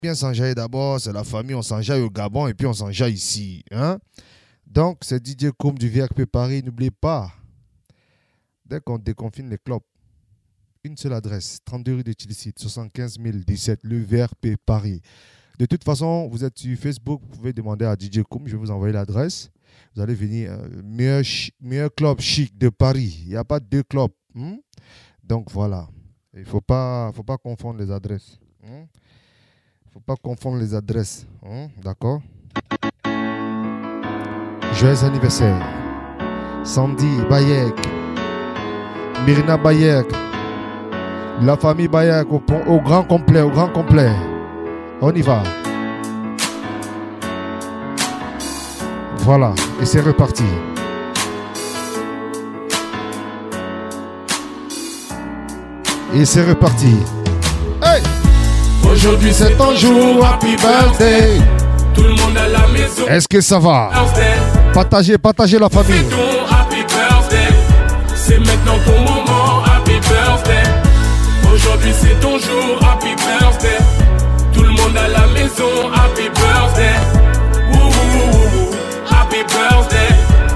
Bien s'enjailler d'abord, c'est la famille, on s'enjaille au Gabon et puis on s'enjaille ici. Hein? Donc, c'est DJ Koum du VRP Paris. N'oubliez pas, dès qu'on déconfine les clopes, une seule adresse, 32 rue de Tillicite, 75 017, le VRP Paris. De toute façon, vous êtes sur Facebook, vous pouvez demander à DJ Koum, je vais vous envoyer l'adresse. Vous allez venir, meilleur club chic de Paris. Il n'y a pas deux clubs. Donc voilà, il ne faut pas confondre les adresses. Il ne faut pas confondre les adresses. D'accord? Joyeux anniversaire. Sandy Bayek. Myrna Bayek. La famille Bayek au grand complet, au grand complet. On y va. Voilà, et c'est reparti. Et c'est reparti. Hey! Aujourd'hui c'est ton jour, happy birthday. Tout le monde à la maison. Est-ce que ça va? Partagez la famille. C'est ton happy birthday. C'est maintenant ton moment, happy birthday. Aujourd'hui c'est ton jour, happy birthday. Tout le monde à la maison, happy birthday. Happy birthday.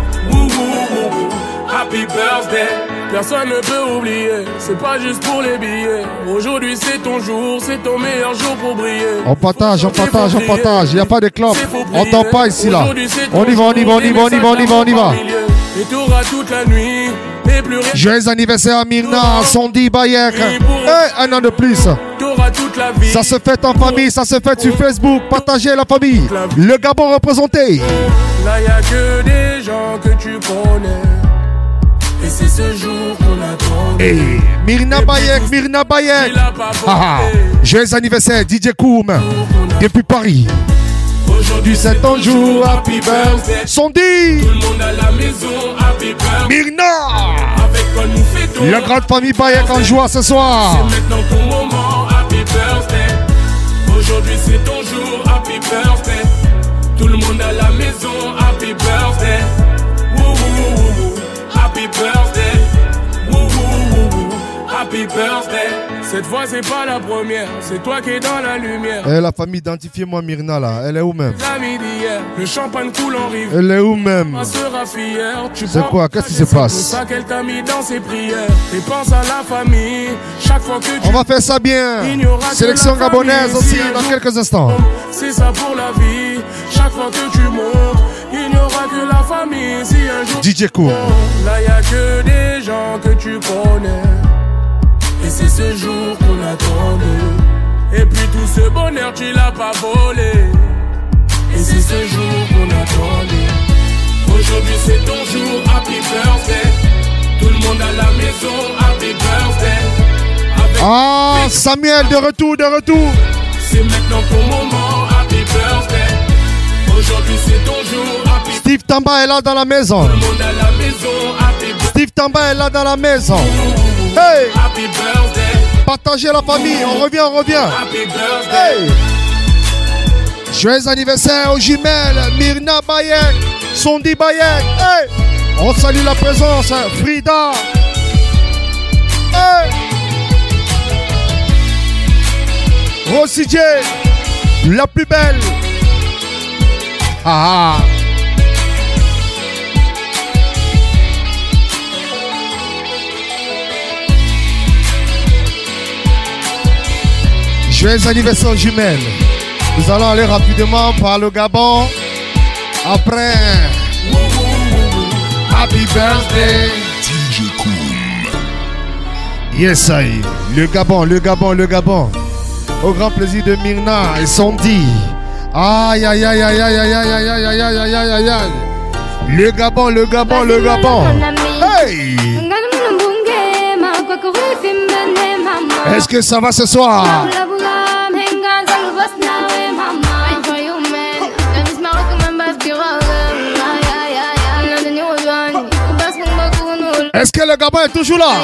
Happy birthday. Personne ne peut oublier, c'est pas juste pour les billets. Aujourd'hui c'est ton jour, c'est ton meilleur jour pour briller. On partage, il n'y a pas de club. On t'en pas ici là. On y va. Et t'auras toute la nuit. Joyeux anniversaire à Myrna, Sandy Bayek. Un an de plus. Ça se fait en famille, ça se fait sur Facebook. Partagez la famille. Le Gabon représenté. Là y a que des gens que tu connais. Et c'est ce jour qu'on attend. Hey, Myrna Bayek. Joyeux anniversaire, DJ Koum, depuis Paris. Aujourd'hui c'est ton jour, happy birthday. Sandy. Tout le monde à la maison, happy birthday. Myrna. Avec quoi nous fêtons. La grande famille Bayek en joie ce soir. C'est maintenant ton moment, happy birthday. Aujourd'hui c'est ton jour, happy birthday. Tout le monde à la maison, happy birthday. Happy birthday, happy birthday. Cette fois c'est pas la première, c'est toi qui es dans la lumière. La famille, identifiez-moi Myrna là, elle est où même? Le champagne coule en rive. Elle est où même? C'est quoi? Qu'est-ce qui se passe? C'est ça qu'elle t'a mis dans ses prières. Et pense à la famille, chaque fois que tu... On va faire ça bien. Sélection gabonaise aussi dans quelques instants. C'est ça pour la vie, chaque fois que tu montes. Il n'y aura que la famille si un jour DJ Koum. Là y a que des gens que tu connais. Et c'est ce jour qu'on attendait. Et puis tout ce bonheur tu l'as pas volé. Et c'est ce jour qu'on attendait. Aujourd'hui c'est ton jour, happy birthday. Tout le monde à la maison, happy birthday. Avec Samuel de retour. C'est maintenant ton moment, happy birthday. Aujourd'hui c'est ton jour, happy. Steve Tamba est là dans la maison. Tout le monde à la maison, happy birthday. Steve Tamba est là dans la maison. Hey! Happy birthday. Partagez la famille, on revient. Happy birthday. Hey! Joyeux anniversaire aux jumelles, Myrna Bayek, Sandy Bayek. Hey! On salue la présence, Frida. Hey! Rosy J, la plus belle. Joyeux anniversaire jumelles. Nous allons aller rapidement par le Gabon. Après, happy birthday DJ Koum. Yes, I. Le Gabon. Au grand plaisir de Myrna et Sandy. Aïe. Le Gabon. Hey! Est-ce que ça va ce soir? Est-ce que le Gabon est toujours là?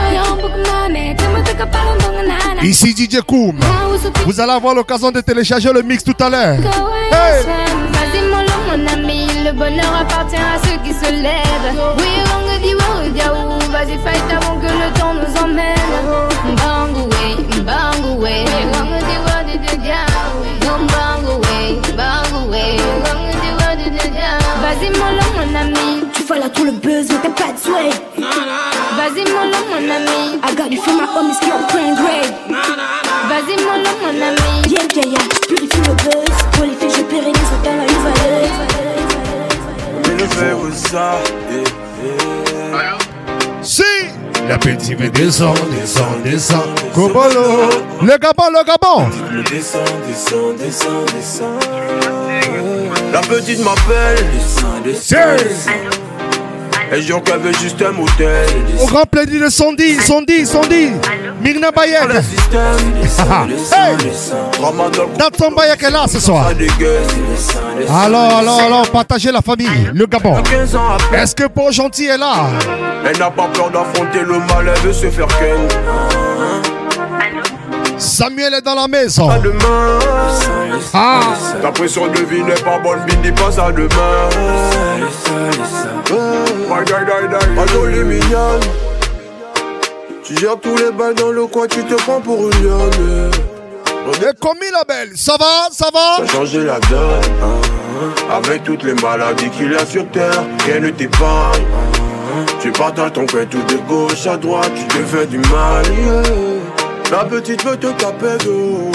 Ici DJ Koum. Vous allez avoir l'occasion de télécharger le mix tout à l'heure. Hey! Le bonheur appartient à ceux qui se lèvent. Oui, vas-y, fight avant que le temps nous emmène. Bangoué. le buzz, mais t'as pas de sway. Vas-y mollo mon ami. I got you from my homies qui ont plein grade. Vas-y mollo mon ami. Yeah, yeah, yeah, je purifie le buzz. Pour les filles, je pérennise autant la nouvelle. Je fais où ça? Si la petite me descend. Cobolo. Le Gabon. Descend. La petite m'appelle. Et jure qu'elle veut juste un motel. Au grand plaisir de Sondi. Myrna Bayek. Hey, Datson Bayek est là ce soir. Alors, partagez la famille, le Gabon. Est-ce que Paul Gentil est là? Elle n'a pas peur d'affronter le mal, elle veut se faire ken. Samuel est dans la maison. Pas demain. Ta pression de vie n'est pas bonne, Bindi passe à demain. Ma jolie mignonne. Tu gères tous les balles dans le coin, tu te prends pour une lionne. Et commis la belle, ça va? T'as changé la donne. Avec toutes les maladies qu'il y a sur terre, qu'elle ne t'épargne. Tu partages ton coin tout de gauche à droite, tu te fais du mal. La petite veut te taper de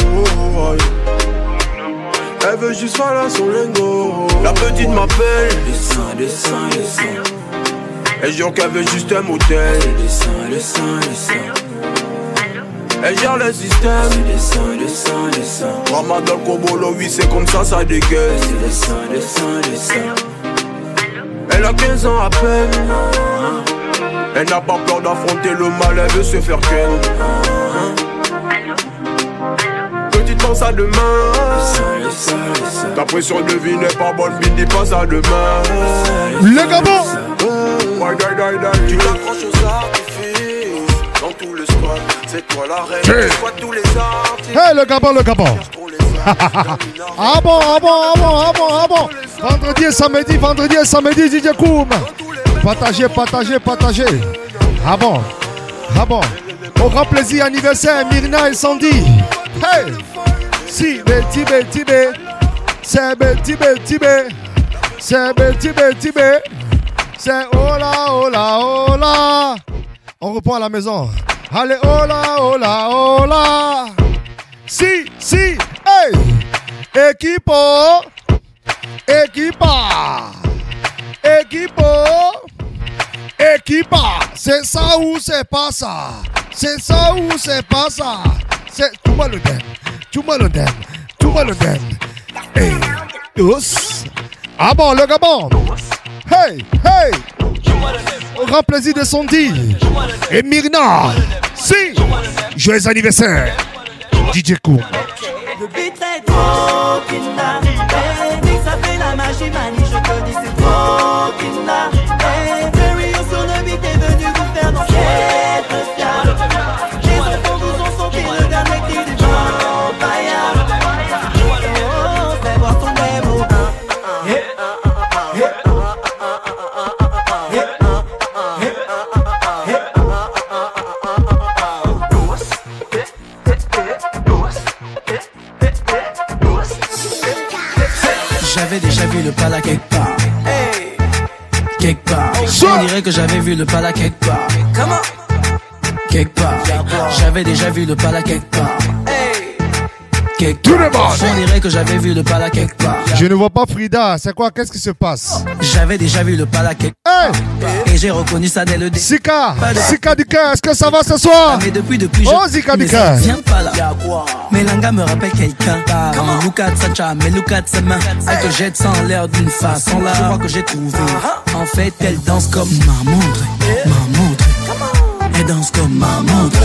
elle veut juste faire là son lingot. La petite m'appelle. Descends. Elle jure qu'elle veut juste un motel. Descends. Elle gère le système. Descends. Ramadan Kobolo, oui c'est comme ça dégueule. Descends. Elle a 15 ans à peine. Elle n'a pas peur d'affronter le mal, elle veut se faire ken. Petite pense à demain. Ta pression de vie n'est pas bonne, Bindi passe à demain. Le Gabon. Tu t'accroches aux artifices. Dans tout le squat, c'est toi la reine. Tu squattes tous les artistes. Hey, le Gabon. Ah bon. Vendredi et samedi, DJ Koum. Partagez. Ah bon. Au grand plaisir, anniversaire, Myrna et Sandy. Hey! Si, Tibé. C'est Tibé. C'est hola. On reprend à la maison. Allez, hola. Si. Hey! Equipa, c'est ça ou c'est pas ça? C'est tout le dem. Hey, tous. Ah bon, le Gabon. Hey. Au grand plaisir de Sondi et Myrna. Si. Joyeux anniversaire, DJ Koum. Le beat est trop kina. Ça fait la magie, manie, je te dis c'est trop kina. Sur le beat est venu vous faire danser cette fiable. Les enfants vous ont senti le dernier cri du vampire. Oh, fais voir ton démo. J'avais déjà vu le pala quelque part. On dirait que j'avais vu le pala quelque part. Quelque part. J'avais déjà vu le pala quelque part. On dirait que j'avais vu le pala quelque part. Je ne vois pas Frida, c'est quoi? Qu'est-ce qui se passe? J'avais déjà vu le pala quelque part. Et j'ai reconnu ça dès le début. Sika du cœur, est-ce que ça va ce soir? Mais depuis je... Oh, Sika du cœur. Viens pas là. Mais Langa me rappelle quelqu'un. Look at Sacha, mais look at sa main. Elle te jette sans l'air d'une façon là. Je crois que j'ai trouvé. En fait, elle danse comme ma montre. Elle danse comme ma montre.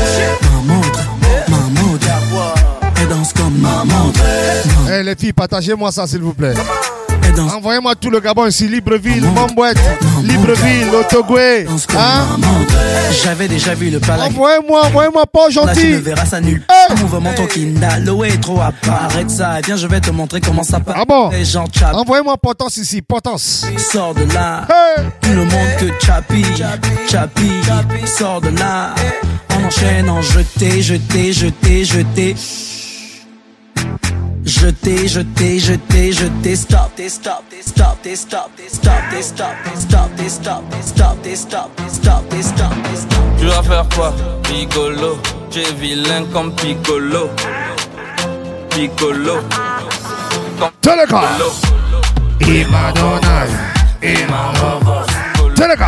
Elle danse comme ma montre. Hey les filles, partagez-moi ça s'il vous plaît. Envoyez-moi tout le Gabon ici, Libreville, Mombouette, Libreville, Otogoué. Hein? J'avais déjà vu le palais. Envoyez-moi pas gentil. Là, tu ne verras ça nulle. Mouvement ton kinda, l'eau est trop à part. Arrête ça, viens, je vais te montrer comment ça passe. Ah bon? Les gens chap. Envoyez-moi Potence ici, Potence. Sors de là. Hey. Tout le monde que Chappy. Sors de là. On enchaîne en jeté. Je t'ai, stop. Tu vas faire quoi? Piccolo, tu es vilain comme Piccolo. Teleka Imadona Teleka.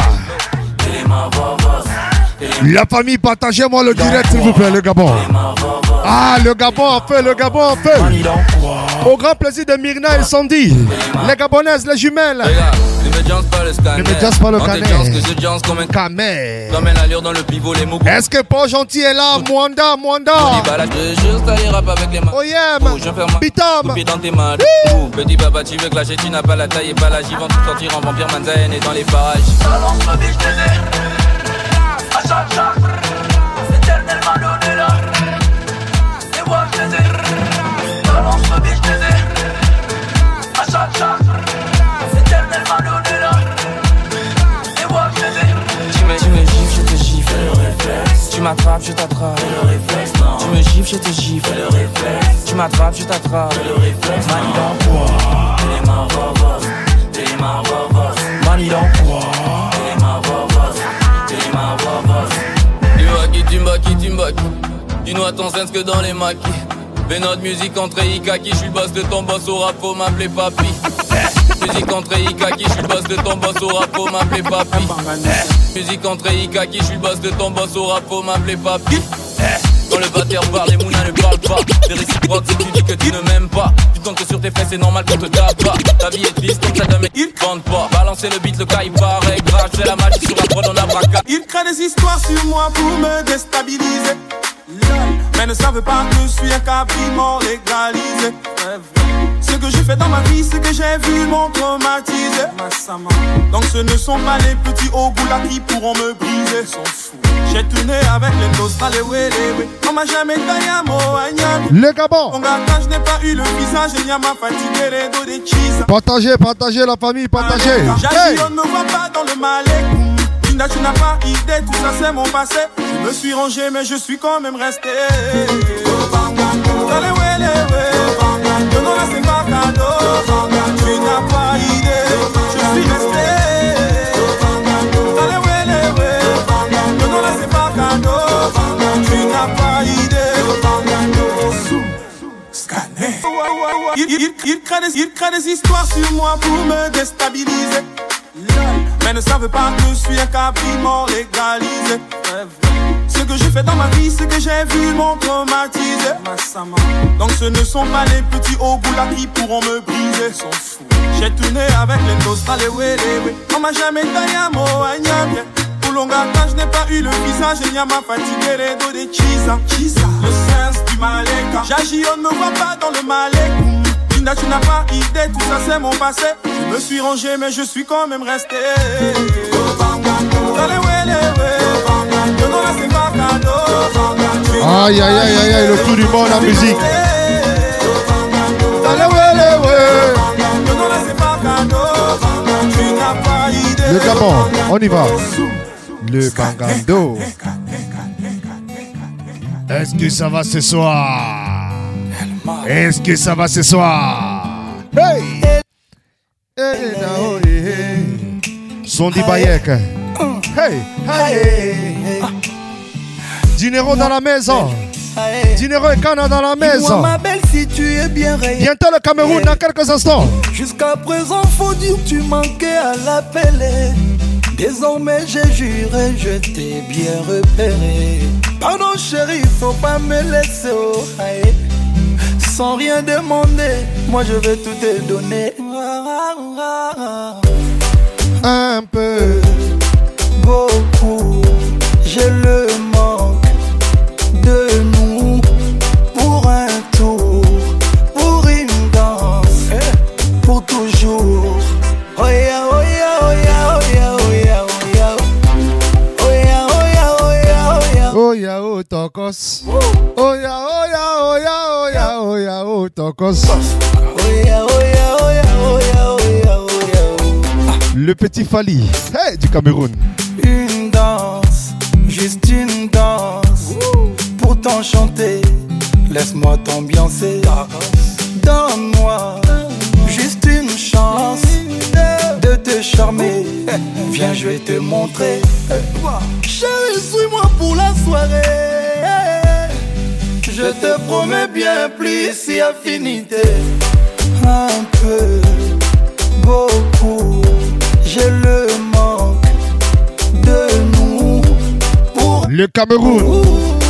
La famille, partagez-moi le direct s'il vous plaît, le Gabon. Ah, le Gabon en fait. Au grand plaisir de Myrna et Sandy. Les Gabonaises, les jumelles. Ne me jance pas le scanner. Que je jance comme un camé. Comme un allure dans le pivot, les mots. Est-ce que Paul Gentil est là? Mwanda. Je juste aller rap avec les mains. Oh yeah, Pitam. Dans tes mains. Petit papa, tu veux clasher, tu n'as pas la taille et pas l'âge. Ils vont tout sortir en vampire Manzaen et dans les parages. Balance le biche à chaque chaque. C'est éternellement donné là. Et moi je les ai. Balance le biche à chaque chaque. C'est éternellement donné là. Et moi je les ai. Tu me gifles, je te gifle. Le réflexe. Tu m'attrapes, je t'attrape. Le réflexe, non. Tu me gifles, je te gifle. Le réflexe. Tu m'attrapes, je t'attrape. Le réflexe. Mani dans quoi? T'es ma vovos. Mani dans quoi? Timbaki, dis-nous ton sens que dans les maquis. Fais notre musique entre Ikaki, je suis le boss de ton boss au rap, faut m'appeler papi. Musique entre Ikaki, je suis le boss de ton boss au rap, faut m'appeler papi. Musique entre Ikaki, je suis le boss de ton boss au rap, faut m'appeler papi. Quand le batteur parle, les moulins ne parlent pas. C'est réciproque si tu dis que tu ne m'aimes pas. Tu comptes que sur tes fesses, c'est normal qu'on te tape pas. Ta vie est triste, donc ça te met, ils vendent pas. Balancer le beat, le cas il paraît grave. C'est la magie sur la prod, on a braqué. Ils créent des histoires sur moi pour me déstabiliser. Mais ne savent pas que je suis un cabriment légalisé. Ce que j'ai fait dans ma vie, ce que j'ai vu m'ont traumatisé. Donc ce ne sont pas les petits Ogula qui pourront me briser. S'en fout. J'ai tourné avec les Nostal et Wele. On m'a jamais taillé à Moagnan. Le Gabon. Mon gars, je n'ai pas eu le visage, il y a ma fatigué, les dos des cheese. Partagez la famille, partagez. J'agis, on ne me voit pas dans le malais. Tu n'as pas idée, tout ça c'est mon passé. Je me suis rangé, mais je suis quand même resté. Dans les Wele, non, là c'est pas cadeau. Tu n'as pas idée, je suis resté. Dans les Wele, non, là c'est pas cadeau. Tu n'as pas idée. Il crée des histoires sur moi pour me déstabiliser. Mais ne savent pas que je suis un cabriment légalisé. Ce que j'ai fait dans ma vie, ce que j'ai vu m'ont traumatisé. Donc ce ne sont pas les petits Ogula qui pourront me briser. S'en fout. J'ai tourné avec les Nostal et Wele. On m'a jamais taillé à Moagnan. Pour Longata, je n'ai pas eu le visage. Il y a ma fatigué, les dos des Chisa. Le sens du Maleka. J'agis, on ne me voit pas dans le Malek. Tu n'as pas idée, tout ça c'est mon passé. Je me suis rangé, mais je suis quand même resté. Dans les Wele, non, là c'est pas cadeau. Aïe, le tour du monde en musique. Dans les Wele, non, là c'est pas cadeau. Tu n'as pas idée. Le Gabon, on y va. Le Bangando. Est-ce que ça va ce soir? Est-ce que ça va ce soir? Hey! Sondi Bayek. Hey! Dinero dans la maison. Dinero et Kana dans la maison. Ma belle, si tu es bien rayée. Bientôt le Cameroun dans quelques instants. Jusqu'à présent, faut dire que tu manquais à l'appel. Désormais j'ai juré, je t'ai bien repéré. Pardon chérie, faut pas me laisser au haï. Sans rien demander, moi je vais tout te donner. Un peu, beaucoup, j'ai le manque de nous. Pour un tour, pour une danse, pour toujours. Oh yeah, oh yeah, oh yeah, oh yeah, oh yeah, oh yeah. Oh yeah, oh yeah, oh yeah, oh yeah. oh ya oh tokos. Oh ya, oh ya, oh ya, oh ya, oh ya, oh tokos. Oh yeah, oh yeah, oh yeah, oh yeah, oh yeah, oh yeah. Le petit Fali, hey, du Cameroun. Une danse, juste une danse. Pour t'enchanter, laisse-moi t'ambiancer. Donne-moi juste une chance de te charmer. Viens, je vais te montrer. Chérie, suis-moi pour la soirée. Je te promets bien plus si affinité. Un peu, beaucoup, j'ai le manque de nous. Pour le Cameroun.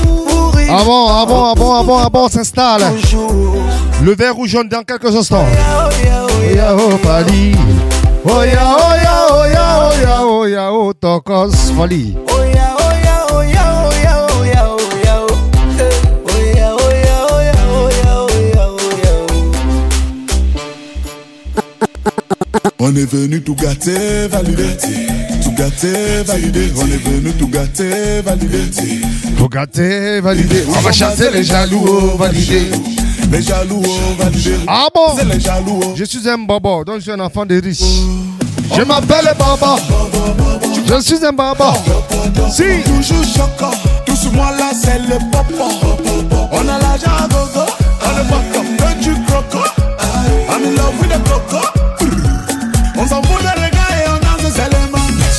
Avant, s'installe. Le vert ou jaune dans quelques instants. Oya, oh, Fali. Oya, oya, oya, oya, oya, oh, Tokos, Fali. Oya, oya, oya, oya, oya, oya, oya, oya, oya, oya, oya, oya. On est venu tout gâter, valider. Tout gâter, valider. On est venu tout gâter, valider. Tout gâter, valider. On va chasser les jaloux, valider. Les jaloux, valider. Ah bon? C'est les jaloux. Je suis un bobo, donc je suis un enfant de riches. Je m'appelle Baba. Je suis un Baba. Si. Toujours choquant. Tout sur moi là, c'est le papa. On a l'argent à gogo. On ne voit que du croco. I'm in love with the coco. On s'en fout des regards et on danse seulement.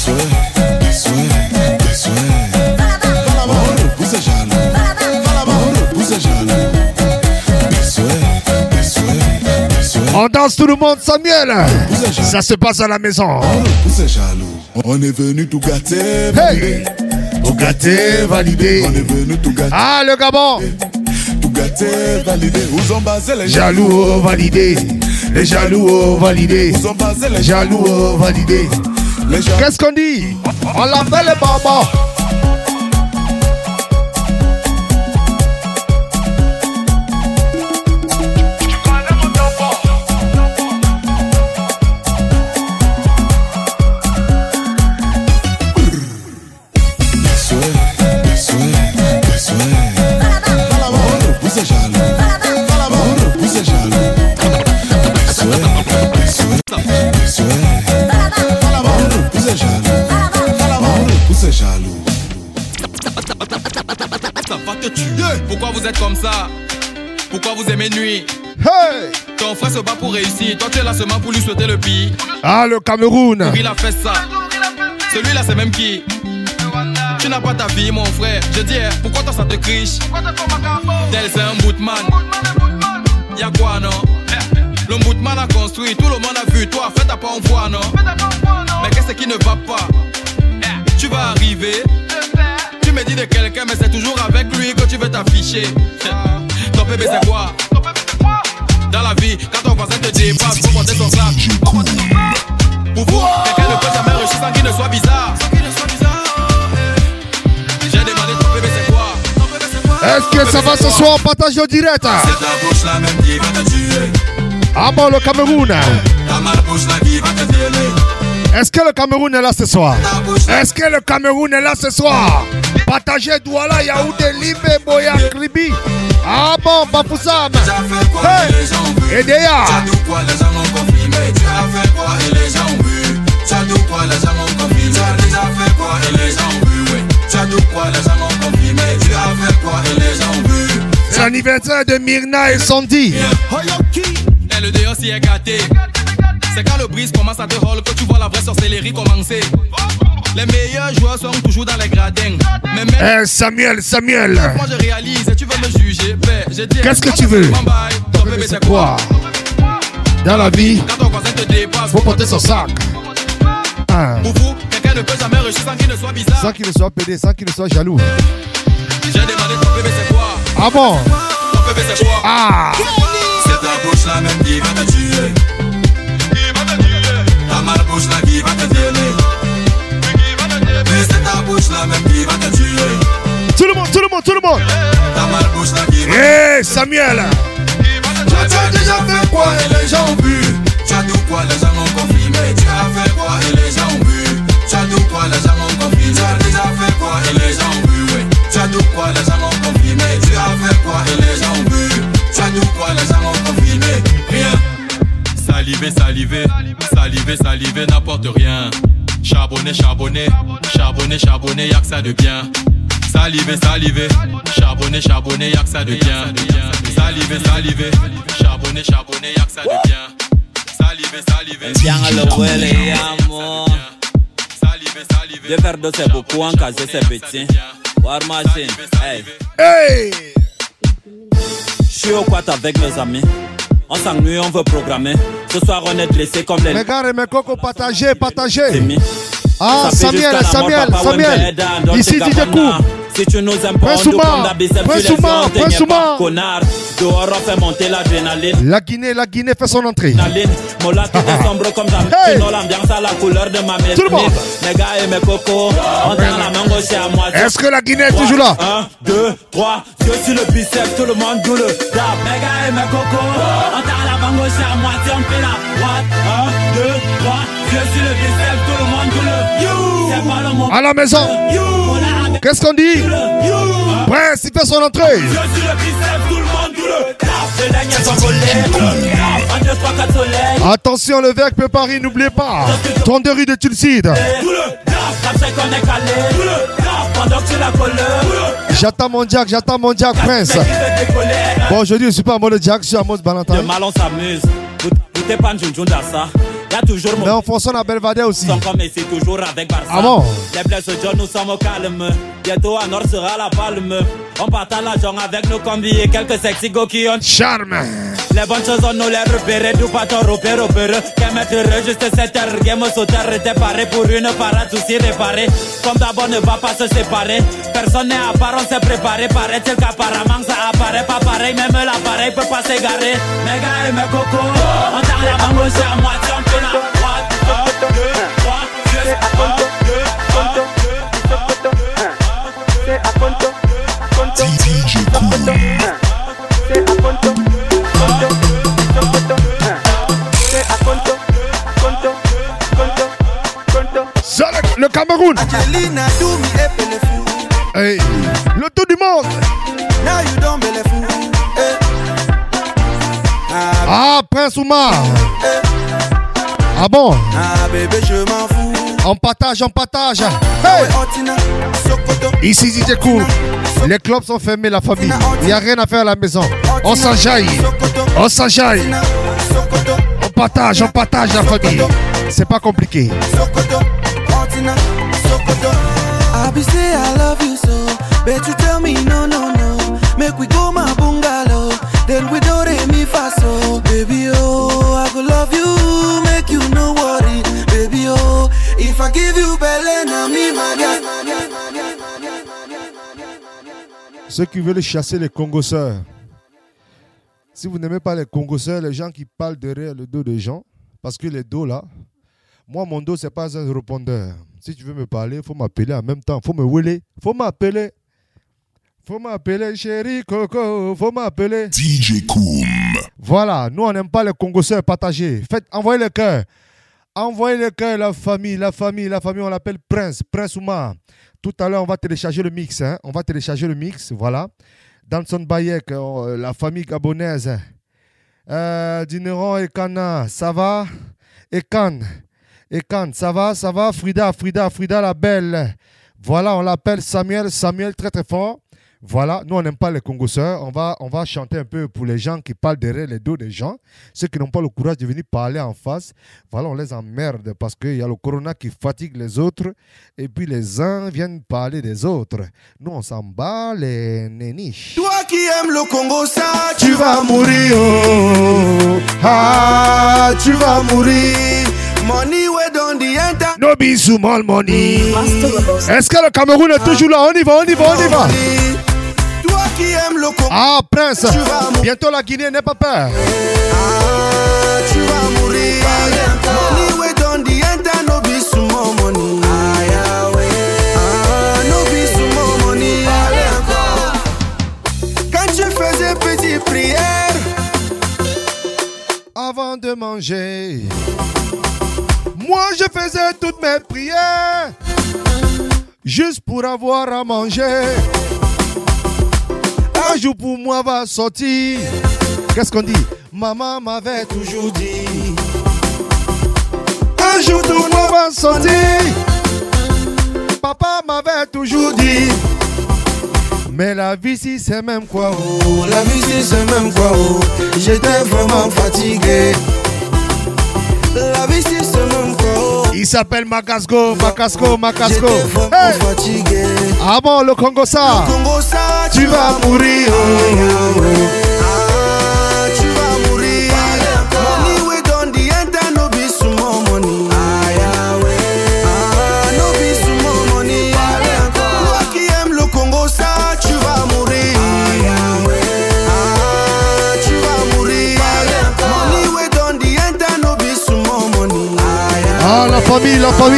On danse tout le monde, Samuel. Ça se passe à la maison. On est venu tout gâter, hey. Tout gâter, valider. On est venu tout gâter. Ah, le Gabon. Tout gâter, valider. Où ont basé les jaloux, validés. Les jaloux, validés. Où ont basé les jaloux, validés. Qu'est-ce qu'on dit? On l'appelle le Baba. Pourquoi vous êtes comme ça? Pourquoi vous aimez nuit? Hey! Ton frère se bat pour réussir. Toi tu es là seulement pour lui souhaiter le pire. Ah, le Cameroun. Il a fait ça. Celui-là c'est même qui? Tu n'as pas ta vie mon frère. Je dis pourquoi toi ça te criche? Tel c'est un bootman. Y'a quoi non? Le bootman a construit. Tout le monde a vu. Toi fais ta pas en voix non? Mais qu'est-ce qui ne va pas? Tu vas arriver. Tu me dis de quelqu'un mais c'est toujours avec lui que tu veux t'afficher. Ton bébé c'est quoi? Dans la vie, quand ton voisin te dépasse, faut porter son sac. Pour vous, quelqu'un ne peut jamais réussir sans qu'il ne soit bizarre. J'ai demandé ton bébé c'est quoi? Est-ce que ça va ce soir partager au direct? C'est ta bouche la même qui va te tuer. Ah bon, le Cameroun. Ta malbouche là qui va te violer. Est-ce que le Cameroun est là ce soir? Est-ce que le Cameroun est là ce soir? Partagez Douala, Yaoundé, Limbe, Boya, Kribi. Ah bon, Bafoussam. Hey! Et Déa. Tu as tout quoi, les gens ont confirmé. Tu as fait quoi et les gens ont vu. Tu as tout quoi, les gens ont confirmé. Tu as déjà fait quoi et les gens ont vu. Tu as tout quoi, les gens ont confirmé. Tu as fait quoi et les gens ont vu. C'est l'anniversaire de Myrna et Sandy. Et le déo s'y est gâté. C'est quand le brise commence à te roll que tu vois la vraie sorcellerie commencer. Les meilleurs joueurs sont toujours dans les gradins. Mais même Samuel. moi je réalise et tu veux me juger. Qu'est-ce que tu veux? Ton bébé c'est quoi? Dans la vie, quand ton voisin te dépasse, faut porter son sac. Pour vous, quelqu'un ne peut jamais réussir sans qu'il ne soit bizarre. Sans qu'il ne soit pédé, sans qu'il ne soit jaloux. J'ai demandé ton bébé c'est quoi? Ah bon? Ton bébé c'est quoi? Ah! C'est ta bouche la même qui va te tuer. Ta malbouche là qui va te violer. Mais c'est ta bouche là même qui va te tuer. Tout le monde. Ta malbouche là qui va te tuer. Hey, Samuel. Tu as déjà fait quoi et les gens ont vu. Tu as tout quoi, les gens ont confirmé. Tu as fait quoi et les gens ont vu. Tu as tout quoi, les gens ont confirmé. Tu as déjà fait quoi et les gens ont vu. Oui. Tu as tout quoi, les gens ont confirmé. Tu as fait quoi et les gens ont vu. Tu as tout quoi, les gens ont confirmé. Rien. Saliver, n'apporte rien. Charbonner, y'a que ça de bien. Saliver, charbonner, y'a que ça de bien. Saliver, charbonner. charbonner, charbonner, y'a que ça de bien. Saliver, saliver. Bien à l'ouel et amour. Saliver, saliver. Deux verres d'eau c'est beaucoup, en casé c'est petit. War machine, hey. Hey! Je suis au quad avec mes amis. On s'ennuie, on veut programmer. Ce soir on est blessé comme les... Mes gars et mes cocos, partagez, partagez. Ah, Ça fait Samuel, jusqu'à la Samuel, mort, papa, Samuel. Wembeda, dans Ici, tes DJ Gabana. Coupe. Si tu nous aimes pas, on Prince nous Oumar, prend d'abisser, Prince puis les Oumar, gens, t'es Prince pas Oumar. connard. Dehors, on fait monter l'adrénaline. La Guinée fait son entrée. Mola, tout est sombre comme jamais. Hey. Sinon, l'ambiance à la couleur de ma maison. Tout le monde. Mes gars et mes cocos, on tend la main gauche à moi. Est-ce que la Guinée est toujours là? 1, 2, 3, yeux sur le biceps, tout le monde joue le dab. Mes gars et mes cocos, on tend la main gauche à moitié, on fait la droite. 1, 2, 3, yeux sur le biceps, tout le monde joue le you. C'est pas le moment. À la maison. Qu'est-ce qu'on dit? Prince, il fait son entrée. Yeux sur le biceps, tout le monde joue le dab. Les lignes sont volées. 1, 2, 3, 4 soleils. Attention, le verre que Paris, n'oubliez pas. 32 rue de Tulside. Tout le dab, après qu'on est calé. Tout le dab, pendant que tu la colles. J'attends mon Jack, Prince. Bon, aujourd'hui, je suis pas en mode Jack, je suis en mode Valentin. De mal, on s'amuse. Vous t'es pas un junjun d'assa. Y'a toujours mon. Mais on fonctionne à Belvedere aussi. Comme ici, toujours avec Barça. Ah bon? Les blesses John, nous sommes au calme. Bientôt, à Nord sera la palme. On partage l'argent avec nos combis et quelques sexy go qui ont charme. Les bonnes choses, on nous les repérer. Tout pas ton repère. Qu'un maître heureux, juste 7 heures. Game sauteur, était paré pour une parade, aussi réparé. Comme d'abord, ne va pas se séparer. Personne n'est à part, on s'est préparé. Paraît-il qu'apparemment, ça apparaît pas pareil. Même l'appareil peut pas s'égarer. Mes gars et mes cocos, on tend la main gauche à moitié, on fait la droite. 1, 2, 3, juste 1, 2, 1, 2, c'est à Ponto. DJ Cool. C'est à Ponto. Le Cameroun. Hey, le tour du monde. Ah, Prince Oumar. Ah bon? Ah bébé, je m'en fous. On partage. Hey! Ici, DJ Cool. Les clubs sont fermés, la famille. Il n'y a rien à faire à la maison. On s'enjaille. On partage la famille. C'est pas compliqué. I be say I love you so, but you tell me no. Make we go my bungalow, then we do re mi fa so. Baby oh, I go love you, make you no worry. Baby oh, if I give you belly, na me my guy. Ceux qui veulent chasser les Congoseurs. Si vous n'aimez pas les Congoseurs, les gens qui parlent derrière le dos des gens, parce que les dos là, moi mon dos c'est pas un répondeur. Si tu veux me parler, il faut m'appeler en même temps. Il faut me wheeler. Faut m'appeler chéri Coco. Faut m'appeler DJ Koum. Voilà, nous on n'aime pas les Congoseurs, partagez. Faites, envoyez le cœur. Envoyez le cœur, la famille, on l'appelle Prince Oumar. Tout à l'heure, on va télécharger le mix. Voilà. Danson Bayek, la famille gabonaise. Dineron et Kana, ça va? Et Kan, ça va? Frida la belle. Voilà, on l'appelle Samuel, très très fort. Voilà, nous on n'aime pas les Congoseurs. On va chanter un peu pour les gens qui parlent derrière les dos des gens. Ceux qui n'ont pas le courage de venir parler en face. Voilà, on les emmerde parce qu'il y a le corona qui fatigue les autres. Et puis les uns viennent parler des autres. Nous on s'en bat les néniches. Toi qui aimes le Congo, ça tu vas mourir. Oh. Ah, tu vas mourir. Money we don't the enter. No be small money. Est-ce que le Cameroun est toujours là? On y va. Toi qui aimes le Congo. Ah, Prince. Bientôt la Guinée, n'aie pas peur. Ah, tu vas mourir. Money we don't the enter. No be small money. No be small money. Quand tu faisais petite prière avant de manger, moi je faisais toutes mes prières juste pour avoir à manger. Un jour pour moi va sortir. Qu'est-ce qu'on dit? Maman m'avait toujours dit. Un jour pour moi va sortir. Papa m'avait toujours dit. Mais la vie si c'est même quoi, oh. La vie si c'est même quoi, oh. J'étais vraiment fatigué. La vie si c'est même quoi, oh. Il s'appelle Makasgo. J'étais vraiment fatigué. Ah bon, le Congo ça. Tu vas mourir, oh. Tu vas mourir. Money we don't the enter, no be small money. No be small money. Toi qui aimes le Congo ça, tu vas mourir. Tu vas mourir. Money we don't the enter, no be small money. Ah, la famille.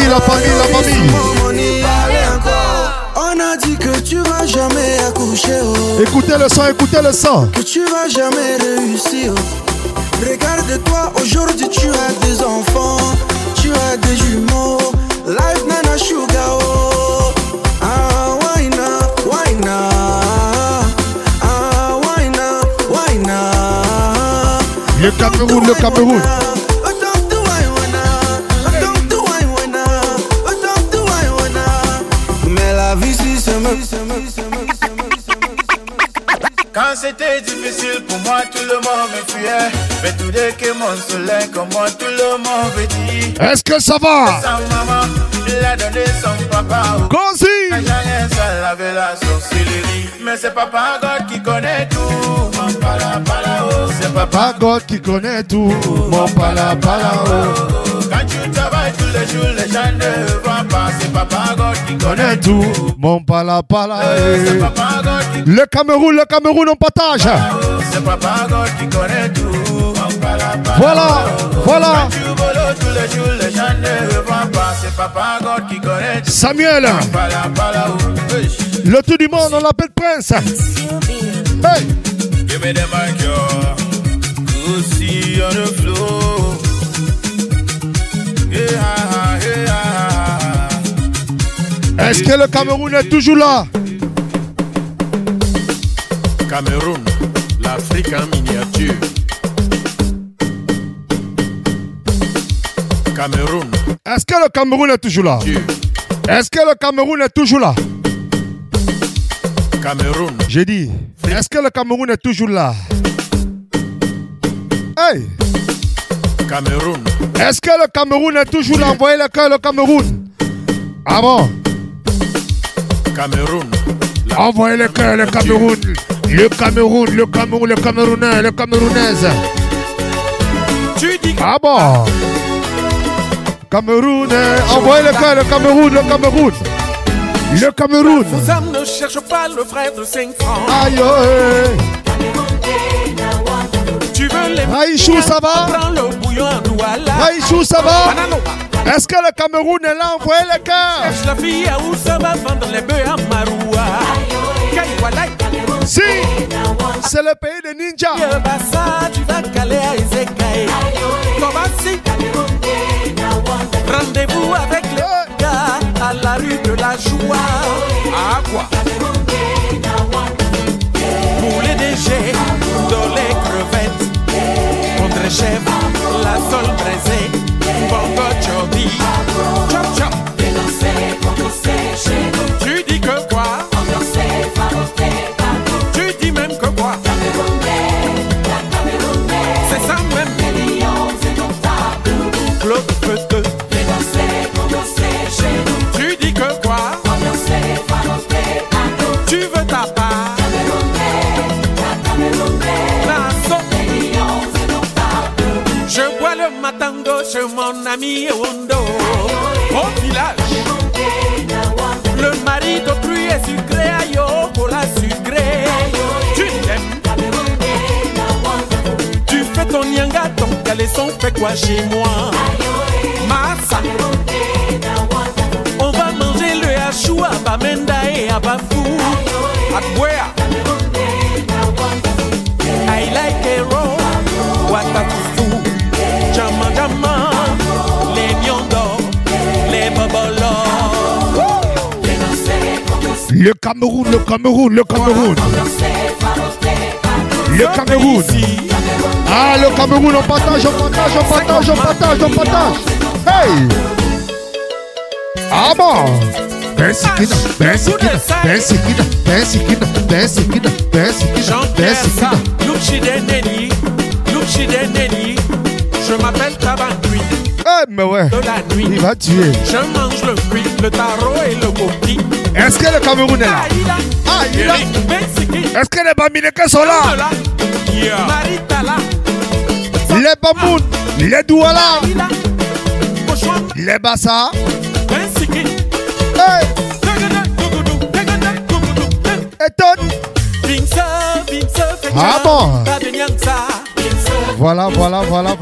On a dit que tu vas jamais accoucher, oh. Écoutez le son. Que tu vas jamais réussir. Regarde-toi, aujourd'hui tu as des enfants, tu as des jumeaux. Life nana sugar, oh. Ah, why not, why not? Ah, why not, why not? Le Cameroun. Quand c'était difficile pour moi, tout le monde me fuyait. Mais tout dès que mon soleil, comment tout le monde veut dire. Est-ce que ça va? Sa maman, il a donné son papa. Gozi! Rien, ça lavait la sorcellerie. Mais c'est papa God qui connaît tout. Mon pala pala oh. C'est papa God qui connaît tout. Mon pala pala oh. Quand tu travailles tous les jours, les gens ne voient pas. C'est papa God qui connaît tout. Mon pala pala c'est papa God qui... Le Cameroun, on partage. C'est papa God qui connaît tout. Mon pala pala Voilà. Quand tu voles tous les jours, les gens ne voient pas. C'est papa God qui connaît tout. Samuel. Mon pala pala le tout du monde, on l'appelle Prince. Hey. Give me the mic, yo. Goosey on the floor. Est-ce que le Cameroun est toujours là? Cameroun, l'Afrique en miniature. Cameroun. Est-ce que le Cameroun est toujours là? Est-ce que le Cameroun est toujours là? Cameroun. J'ai dit, est-ce que le Cameroun est toujours là? Hey! Cameroun. Est-ce que le Cameroun est toujours là? Envoyez le cœur, le Cameroun. Ah bon? Cameroun. Envoyez le cœur, le Cameroun. Le Camerounais, le Camerounaise. Tu dis ah bon? Cameroun, envoyez le cœur, le Cameroun. Le Cameroun. Vos âmes ne cherchent pas le frère de 5 francs. Aïe, tu veux les Raïchou, ça va? Prends le bouillon à Douala. Raïchou, ça va? Est-ce que le Cameroun est là? Envoyez le cœur. Cherche la fille à où ça va vendre les bœufs à Maroua. Si, c'est le pays des ninjas. Tu vas caler à Ezekaï. Rendez-vous avec les gars à la rue de la joie. À quoi? Pour les déchets, dans les crevettes, contre-chef, la sole braisée, bongo chobi, chop chop. Tu dis que quoi? Tu dis même que quoi? C'est ça même. Claude Peteux. Tu dis que quoi? Tu veux ta part? Je bois le matango chez mon ami Wondo. Au village, le mari d'autrui est sucré, aïe au la sucré. Tu l'aimes? Tu fais ton nyanga, ton caleçon fait quoi chez moi? Massa. On va manger le hachou à Bamenda et à Bafou. À Bouéa. I like a roll. Watakufu. Jama jama. Les nyondos. Les bobolos. Le Cameroun. Ah, le Cameroun, on partage. Hey! Ah bon? Je m'appelle Tabanui. Mais ouais, de la nuit, il va tuer. Je mange le fruit, le taro et le coquille. Est-ce que le Cameroun est là? Il est là. Est-ce que les Bamileke sont là? Les Bamoun, les Douala, les Bassa. Hey. Étonne. Ah bon. Voilà. Voilà.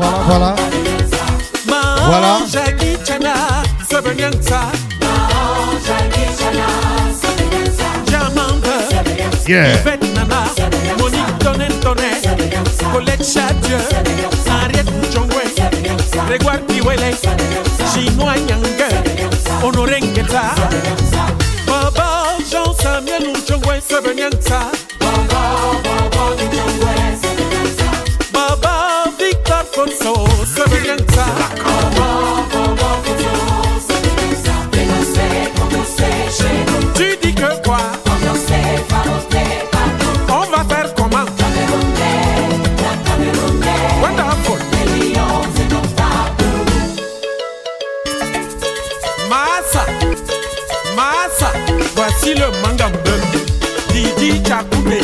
Yeah. Colette Chadieu, Henriette Mouchongwe, Grégoire Piwele, Chinois Nyanga, Honoré Ngeta, Baba Jean-Samuel Mouchongwe, Sebenyansa, Baba Victor Fonso, Sebenyansa. Tu dis que quoi? On va faire comment? Wonderful. Massa, voici le mangambel, Didi Chakoubé.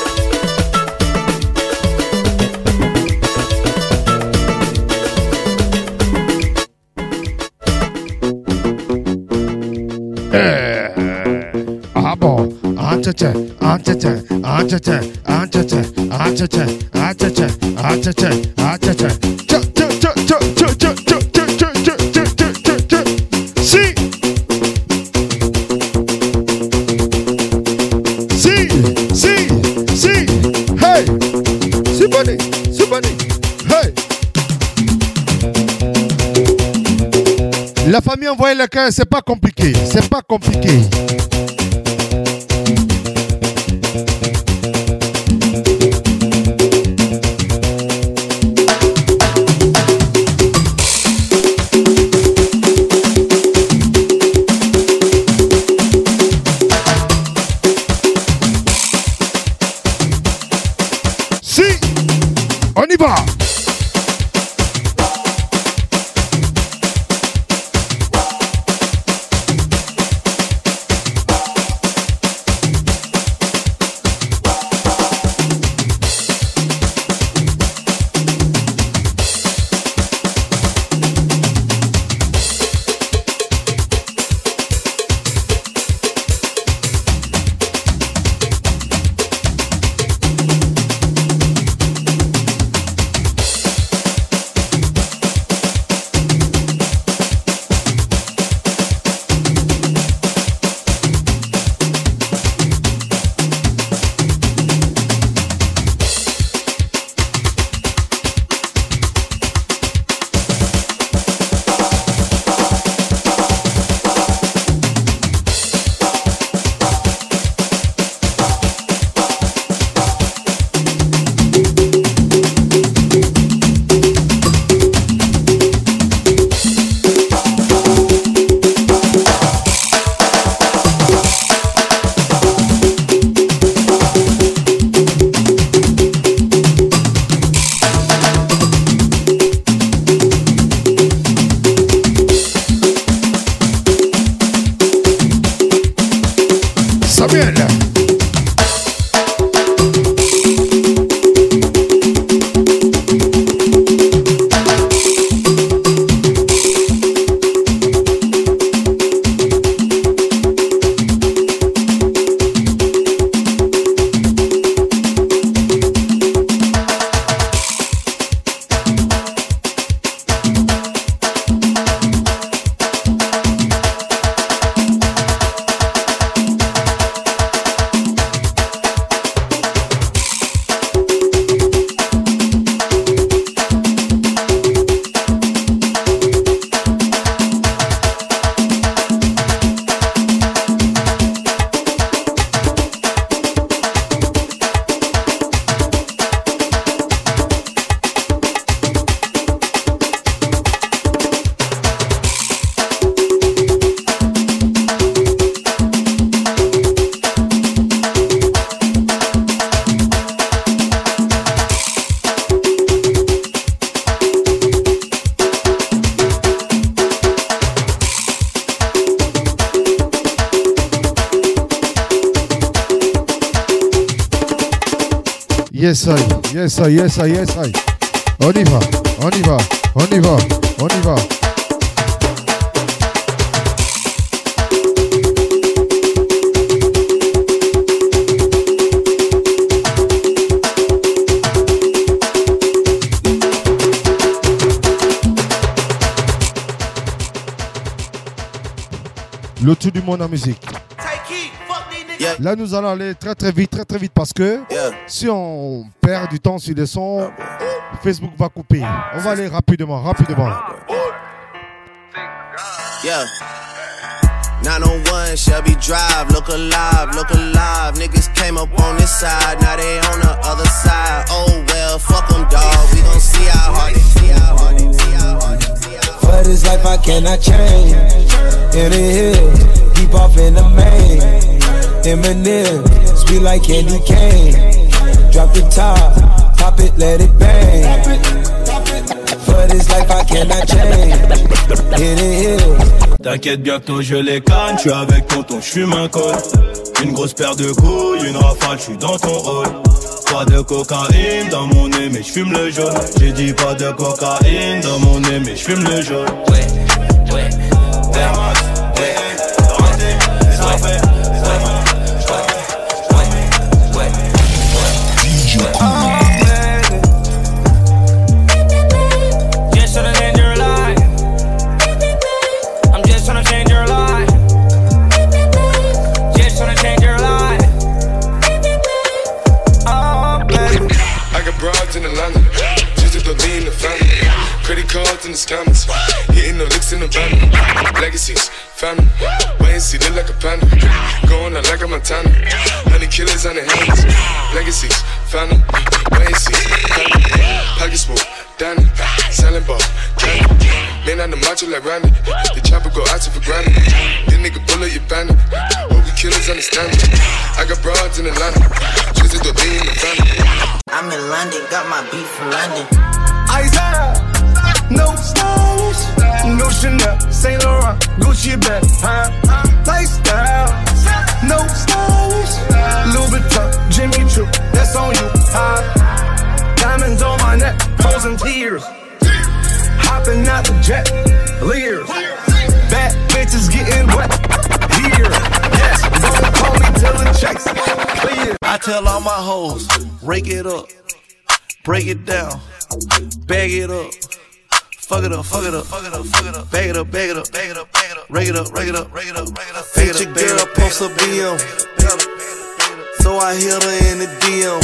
Ah bon, Si, hey, Subani, hey. La famille envoie le cœur, c'est pas compliqué. On y va. Yes, I. Yes, I. Yes, I. Yes, I. On y va. On y va. On y va. On y va. Le tout du monde en musique. Là, nous allons aller très vite parce que si on perd du temps sur les sons, Facebook va couper. On va aller rapidement. Yeah. 901 Shelby Drive, look alive. Niggas came up on this side, now they on the other side. Oh well, fuck them, dawg. We gon' see how hard they. For this life I cannot change. In the hills, deep off in the main. Eminem, sweet like candy cane. Drop the top, pop it, let it bang. For this life I cannot change. In the hills. T'inquiète bientôt je les canne, j'suis avec tonton, j'fume un col. Une grosse paire de couilles, une rafale, j'suis dans ton hall. Pas de cocaïne dans mon nez mais j'fume le jaune. J'ai dit pas de cocaïne dans mon nez mais j'fume le jaune. Ouais. In the scammers, hitting the licks in the van. Legacies, family, wait and see, look like a panda. Going out like a Montana, honey killers on the hands. Legacies, family, wait and see, family. Pockets full, Danny, selling ball, candy. Man on the macho like Randy, the chopper go out to for granted. This nigga bullet, you bandit. Hope we killers understand me. I got broads in Atlanta, twisted the D in the family. I'm in London, got my beef from London. Isaiah. No stylish, no Chanel, Saint Laurent, Gucci bag, lifestyle. No stylish, Louis Vuitton, Jimmy Choo, that's on you. Diamonds on my neck, frozen tears. Hopping out the jet, Lears. Bad bitches getting wet here. Yes, don't call me till the checks clear. I tell all my hoes, rake it up, break it down, bag it up. Fuck it up, bag it up, rake it up, rake it up. Bitch, your girl post a BM, so I hit her in the DM.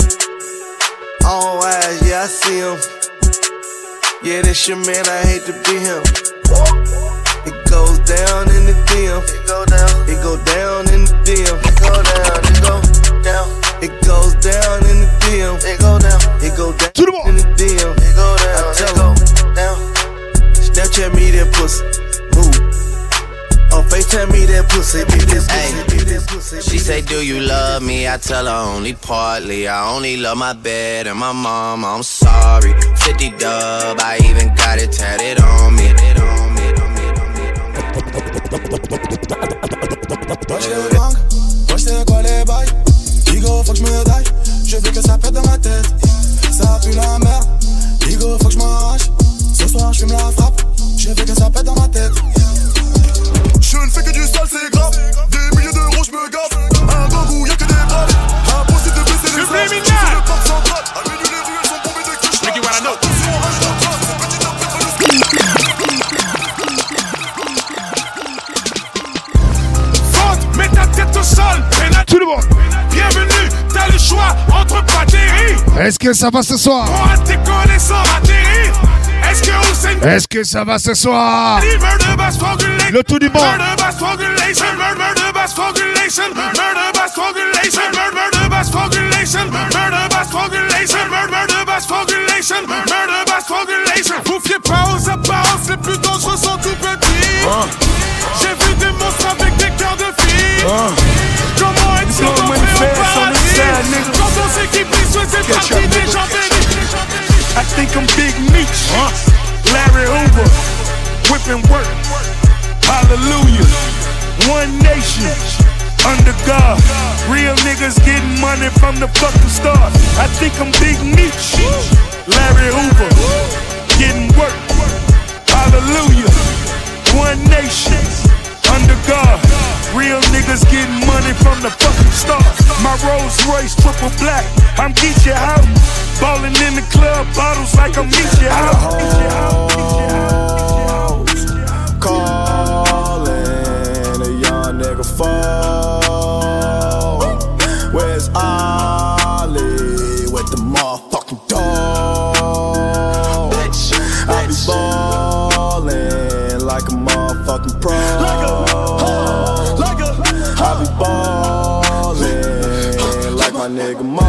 All eyes, yeah, I see him. Yeah, that's your man, I hate to be him. It goes down in the DM. It go down in the DM. It goes down in the DM. It go down in the DM. I tell him. Snapchat me that pussy, move. On FaceTime me that pussy, be this pussy. She say, do you love me? I tell her only partly. I only love my bed and my mom, I'm sorry. 50 dub, I even got it tatted on me. Moi j'étais au gang, moi j'étais quoi les bails. Igo, faut que j'me daille, je veux que ça pète dans ma tête. Ça pue la merde, Igo, faut que j'm'arrache. Ce soir j'fume la frappe, je veux que ça pète dans ma tête. Je ne fais que du sale, c'est grave. Des milliers d'euros, j'me gave. Un grand goût, y'a que des braves. Impossible de baisser les flammes. Je suis sur le parc central. À minuit, les ruelles sont bombées de quiche. Make it what I know. Fonte, mets ta tête au sol. Tout le monde. Bienvenue, t'as le choix entre batteries. Est-ce que ça va ce soir? Pour un tes connaissants atterrir. Est-ce que ça va ce soir? Le tout du monde. Murder by strangulation, murder by strangulation, murder by strangulation, murder by strangulation, murder by strangulation, murder by strangulation, murder by strangulation. Vous fiez pas aux apparences, les plus dangereux sont tout petits. J'ai vu des monstres avec des cœurs de filles. Comment être sûr d'entrer au paradis quand on sait qui prie sur cette partie des gens bénis? I think I'm Big Meech, Larry Hoover, whipping work, hallelujah, one nation, under God. Real niggas getting money from the fucking start. I think I'm Big Meech, Larry Hoover, getting work. Hallelujah. One nation, under God. Real niggas getting money from the fucking start. My Rolls Royce triple black, I'm Geechee out. Ballin' in the club, bottles like I'm Geechee out. Calling a young nigga fall. Where's Ollie with the motherfucking dog? I be ballin' like a motherfucking pro. I be ballin' like my nigga Mo.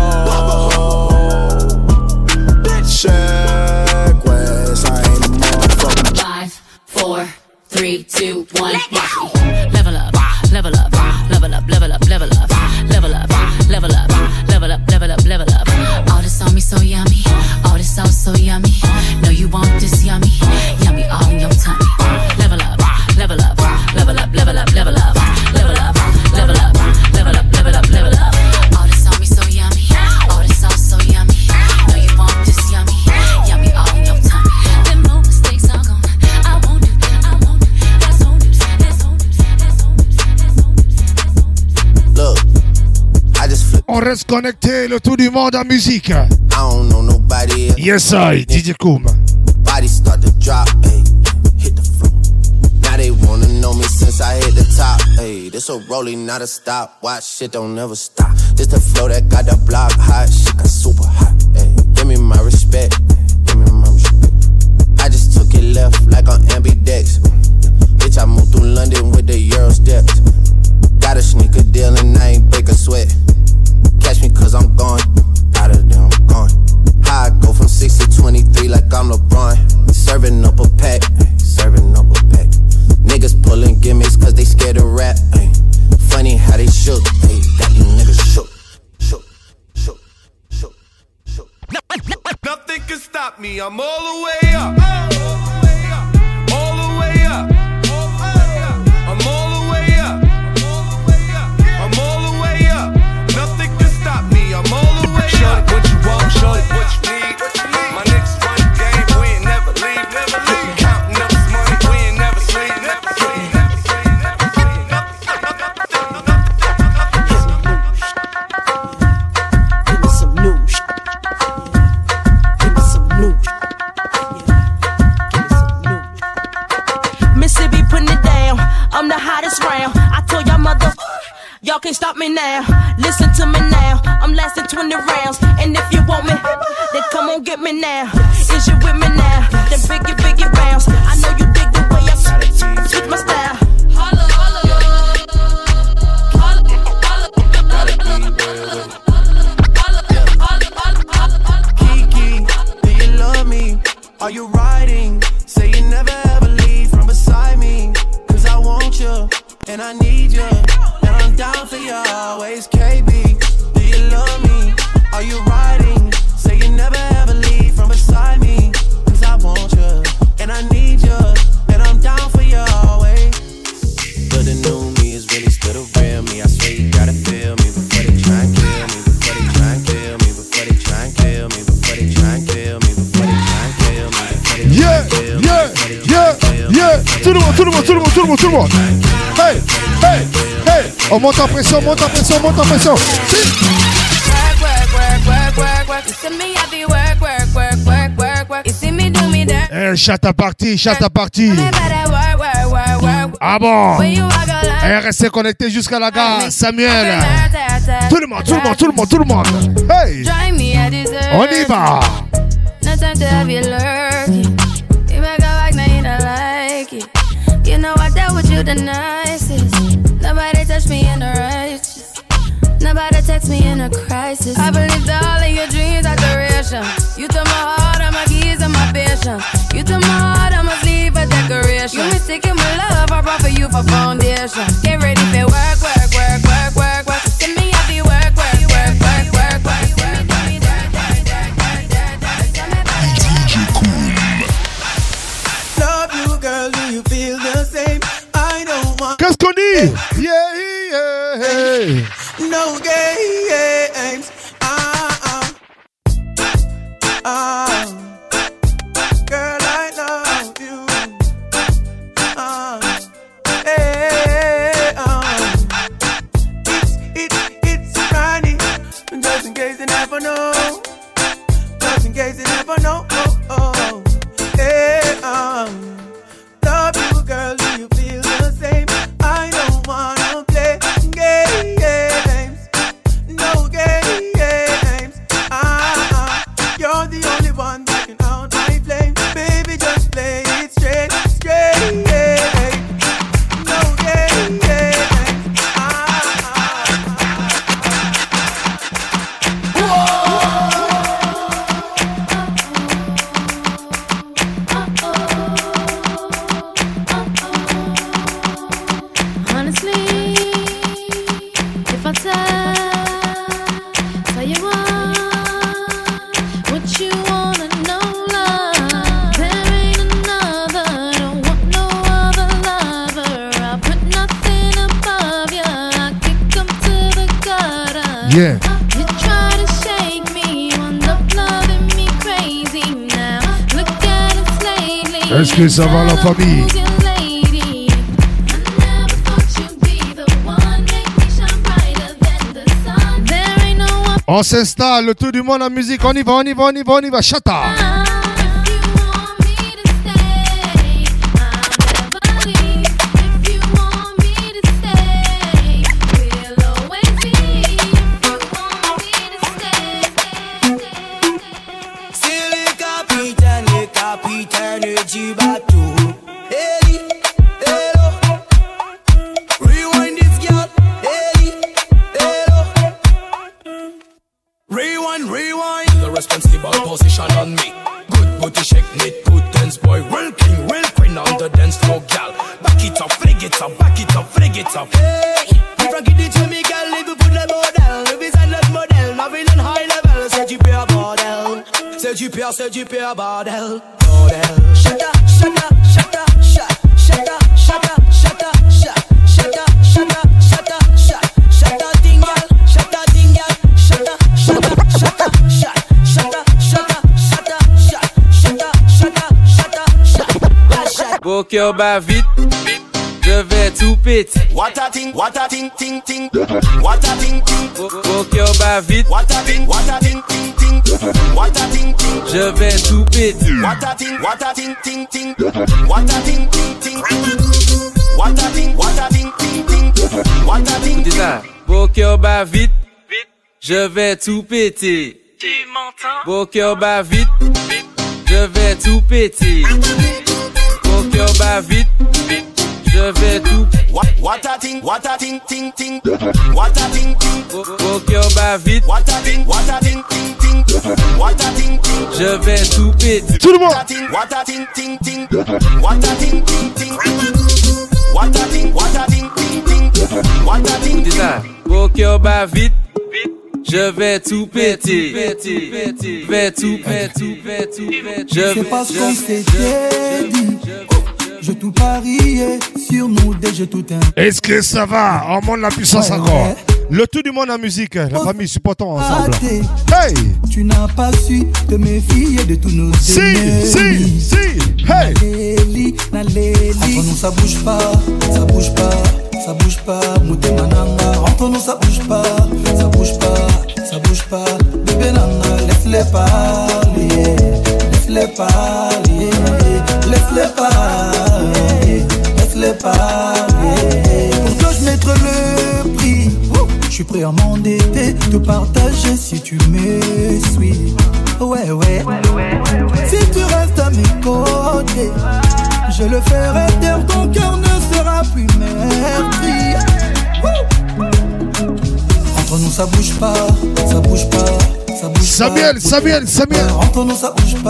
Check West, I ain't a motherfucking 5, 4, 3, 2, 1. Level up, level up, level up, level up, level up, level up, level up, level up, level up, level up. All this on me so yummy, all this sauce so yummy. Know you want this yummy, yummy all in your tummy. Level up, level up, level up, level up, level up, level up, level up, level up, level up, level up. All this on me so yummy, all this sauce so yummy. Know you want this yummy, yummy all in your tummy. Them more mistakes are gone. I want you, that's on you, that's on you, that's on you, that's on you. Look, I just flip. On reste connecté, le tout du monde en musique. I don't know nobody else. Yes, I, DJ Koum. Body start to drop, ayy, hit the floor. Now they wanna know me since I hit the top, ayy. This a rolling, not a stop. Watch shit don't never stop. This the flow that got the block hot. Shit got super hot, ayy. Give me my respect, give me my respect. I just took it left like on ambidex. Bitch, I moved through London with the Euro steps. Got a sneaker deal and I ain't break a sweat. Catch me cause I'm gone, out of there I'm gone. How I go from 6 to 23 like I'm LeBron. Serving up a pack, serving up a pack. Niggas pulling gimmicks cause they scared to rap. Ay. Funny how they shook, ay. Got you niggas shook. Nothing can stop me, I'm all the way up. All the way up. I'm all the way up. I'm all the way up. Nothing can stop me, I'm all the way up. Shorty, what you want, shorty, what you need? My niggas run the game, we ain't never leave, never leave. Counting up this money, we ain't never sleep, never sleep. Give me some new shit. Give me some new shit. Give me some new shit. Mississippi putting it down, I'm the hottest round. I told y'all y'all can't stop me now. Listen to me now, I'm lasting 20 rounds. And if you want me, then come on get me now. Is you with me now? Then biggie bounce. I know you dig the way I switch my style. Holla, holla, Kiki, do you love me? Are you riding? Say you never ever leave from beside me. Cause I want you, and I need you. And I'm down for you always, KB. Do you love me? Are you riding? Say you never ever leave from beside me. Cause I want you, and I need you. And I'm down for you always. But the new me is really still the real me. I swear you gotta feel me before they try and kill me. Before they try and kill me. Before they try and kill me. Before they try and kill me. Before they try and kill me. Yeah. Tout le monde. Hey. On monte en pression. Work. You see me happy, work. You see me do me dirt. Eh, chat à partie. Ah bon. Eh, restez connectés jusqu'à la gare, Samuel. Tout le monde. Hey. On y va. No time to have you lurking. You make a like, now you don't like it. You know I dealt with you the nicest. Nobody touched me in the righteous. Nobody text me in a crisis. I believed all of your dreams are duration. You took my heart, and my keys, and my patience. You took my heart, I must leave a decoration. You mistaken my love, I brought for you for foundation. Get ready for work. Give me happy work. Love you, girl, do you feel the same? I don't want. Qu'est-ce qu'on dit? Yeah. No games. Girl, I love you. It's funny. Just in case you never know. Just in case you never know. Love you, girl. Do you feel the same? I don't wanna play games. No games. You're the only one that can out my flame. Baby, just play it straight. No games. Honestly, if I tell you what you wanna know, love, there ain't another, don't want no other lover. I put nothing above you, I kick 'em to the gutter. Yeah. You try to shake me, wound up loving me crazy now. Look at us lately. Est-ce que ça va la famille? On s'installe, le tour du monde en musique, on y va, chata. C'est le capitaine du bateau. Hey, hello. Rewind this girl. Hey, hello. Rewind. The responsible position on me. Good booty shake, neat, good dance boy. Real king, real queen on the dance floor, gal. Back it up, frig it up, back it up, frig it up. Hey, Frankie dit to me, gal, live pour le modèle. Le visage notre modèle, la ville en high level. C'est du pire bordel. C'est du pire bordel. Shut up, shut up, shut up, shut up, shut up, shut up, shut up, shut up, shut up, shut up, shut up, shut up, dingal, shut up, dingal, shut up, shut up, shut up, shut up, shut up, shut up, shut up, shut up, shut up, shut up, shut up. Beau cœur bat vite, je vais tout péter. What a ting, what a ting, ting, ting. What a ting, ting. Beau cœur bat vite, what a ting, ting, ting. What a ting, ting. Je vais tout péter. What a ting, ting, ting. What a ting, ting. What a ting, ting, ting. What a ting. Dis ça. Beau cœur bat vite, je vais tout péter. Tu m'entends? Beau cœur bat vite, je vais tout péter. Beau cœur bat vite, je vais tout. What a ting, ting, ting. What a ting, ting. Beau cœur bat vite, what a ting, ting, ting. What a ting, ting. Je vais tout péter. Tout le monde. What a ting, ting, ting. What a ting, ting. What a ting, ting, ting. What a ting. Dis ça. Beau cœur bat vite, je vais tout péter. Vais tout péter. C'est parce qu'on s'était dit. Je tout pariais sur nous dès je tout un. Est-ce que ça va? On monte la puissance encore. Le tout du monde en musique, la famille supportons ensemble. Hey! Tu n'as pas su te méfier de tous nos ennemis. Si! Hey! Entre nous ça bouge pas. Mouté mananga. Entre nous ça bouge pas. Bébé nana, laisse-les parler. Laisse-les parler. Pour toi je mettrai le prix. Je suis prêt à m'endetter, te partager si tu me suis. Ouais. Si tu restes à mes côtés, je le ferai taire, ton cœur ne sera plus meurtri. Entre nous ça bouge pas. Samuel. Entre nous ça bouge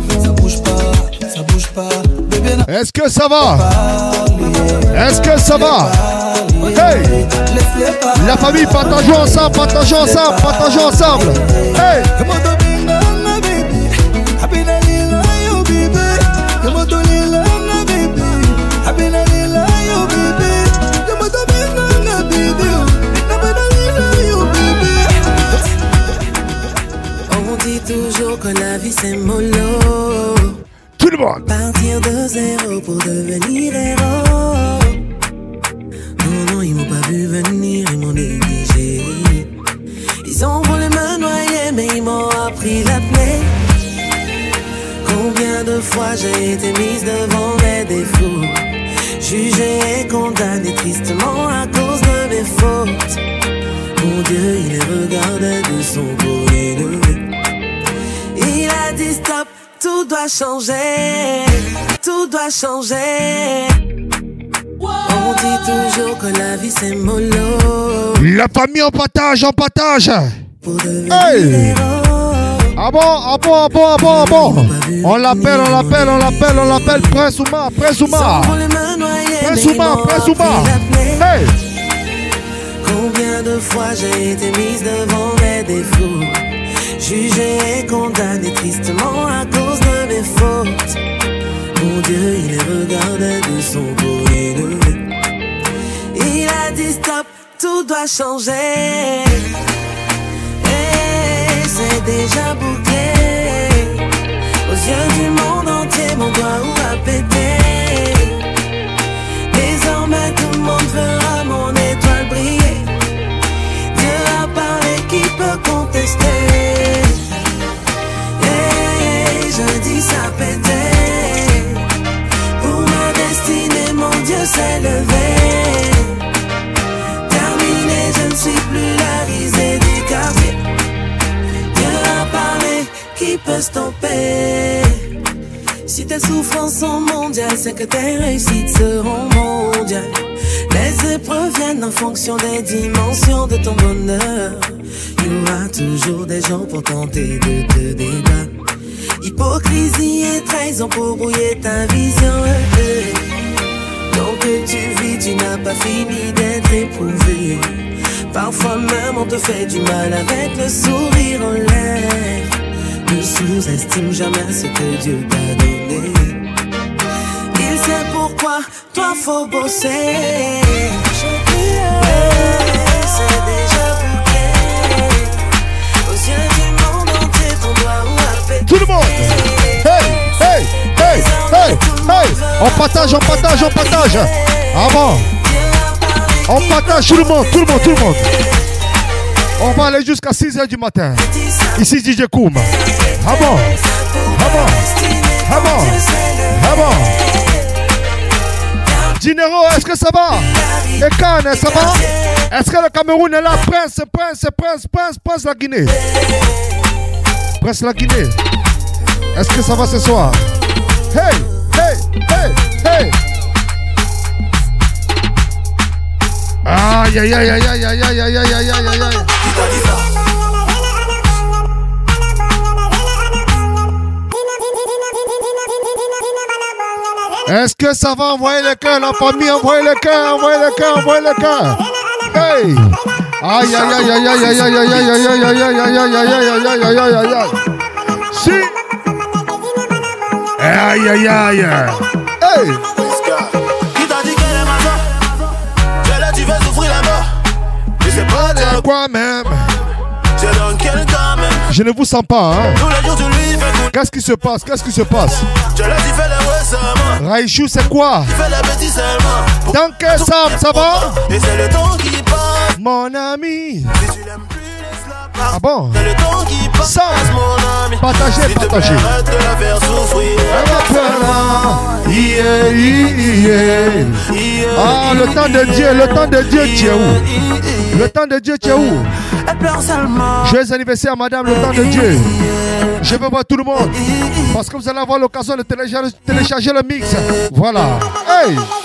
pas. Bébé, est-ce que ça va? Hey! La famille, partageons ensemble. Hey! c'est mollo. Tout le monde. Partir de zéro pour devenir héros. Non, non, ils m'ont pas vu venir, ils m'ont négligé. Ils ont voulu me noyer, mais ils m'ont appris l'appeler. Combien de fois j'ai été mise devant mes défauts, jugée et condamnée tristement à cause de mes fautes. Mon Dieu, il les regardait de son beau nez. Il a dit stop, tout doit changer, tout doit changer. On dit toujours que la vie c'est mollo. La famille en partage, en partage. Hey. Ah bon, ah bon, ah bon, ah bon, ah bon. On l'appelle, on l'appelle, on l'appelle, on l'appelle Prince Oumar, Prince Oumar. Prince Oumar, Prince Oumar. Hey. Combien de fois j'ai été mise devant mes défauts, jugée et condamnée tristement à cause de mes fautes. Mon Dieu, il les regardait de son beau nez. Il a dit stop, tout doit changer. Et c'est déjà bouclé. Aux yeux du monde entier, mon doigt a pété. Désormais tout le monde verra mon étoile briller. Dieu a parlé, qui peut contester? Et je dis ça pété. Pour ma destinée, mon Dieu s'est levé. Terminé, je ne suis plus la risée du quartier. Dieu a parlé, qui peut stopper? Si tes souffrances sont mondiales, c'est que tes réussites seront mondiales. Les épreuves viennent en fonction des dimensions de ton bonheur. Il y aura toujours des gens pour tenter de te débattre. Hypocrisie et trahison pour brouiller ta vision. Donc que tu vis, tu n'as pas fini d'être éprouvé. Parfois même on te fait du mal avec le sourire aux lèvres. Ne sous-estime jamais ce que Dieu t'a donné. Il sait pourquoi, toi faut bosser. C'est déjà bouclé. Aux yeux du monde entier, ton doigt a pété. Tout le monde. Hey, hey, hey, hey, hey. On partage, on partage, on partage. Ah bon? On partage tout le monde, tout le monde, tout le monde. On va aller jusqu'à 6h du matin. Ici DJ Koum. Ah bon? Ah bon? Ah bon? Ah bon? Dinero, est-ce que ça va? Et Cannes, ça va? Est-ce que le Cameroun est là? Prince la Guinée. Prince la Guinée. Est-ce que ça va ce soir? Hey, hey, hey, hey. Aïe, aïe, aïe, aïe, aïe, aïe, aïe, aïe, aïe, aïe, aïe. Est-ce que ça va? Envoyer le cœur, la famille, envoyer le cœur, envoyer le cœur, envoyer le cœur. Hey! Aïe, aïe, aïe, aïe, aïe, aïe, aïe, aïe, aïe, aïe, aïe, aïe, aïe, aïe, aïe, aïe, aïe, aïe, aïe. Si! Aïe, aïe, aïe. Hey! Qui t'a dit qu'elle est ma soeur? J'ai là, tu veux souffrir la mort. Je sais pas de quoi même. C'est dans quel cas même. Je ne vous sens pas, hein. Tous les jours tu lui fais tout. Qu'est-ce qui se passe? Qu'est-ce qui se passe? Je là, tu fais les ouais seulement. Raïchou, c'est quoi? Tu fais les bêtises seulement. Tant que ça va? Et c'est le temps qui passe. Mon ami. Si tu l'aimes plus, laisse-la. Ah bon? C'est le temps qui passe, mon ami. Partagez, partagez. Arrête de la faire souffrir. Ah, le temps de Dieu, le temps de Dieu, tu es où? Le temps de Dieu, tu es où? Joyeux anniversaire, madame, le temps de Dieu. Je veux voir tout le monde. Parce que vous allez avoir l'occasion de télécharger le mix. Voilà. Hey!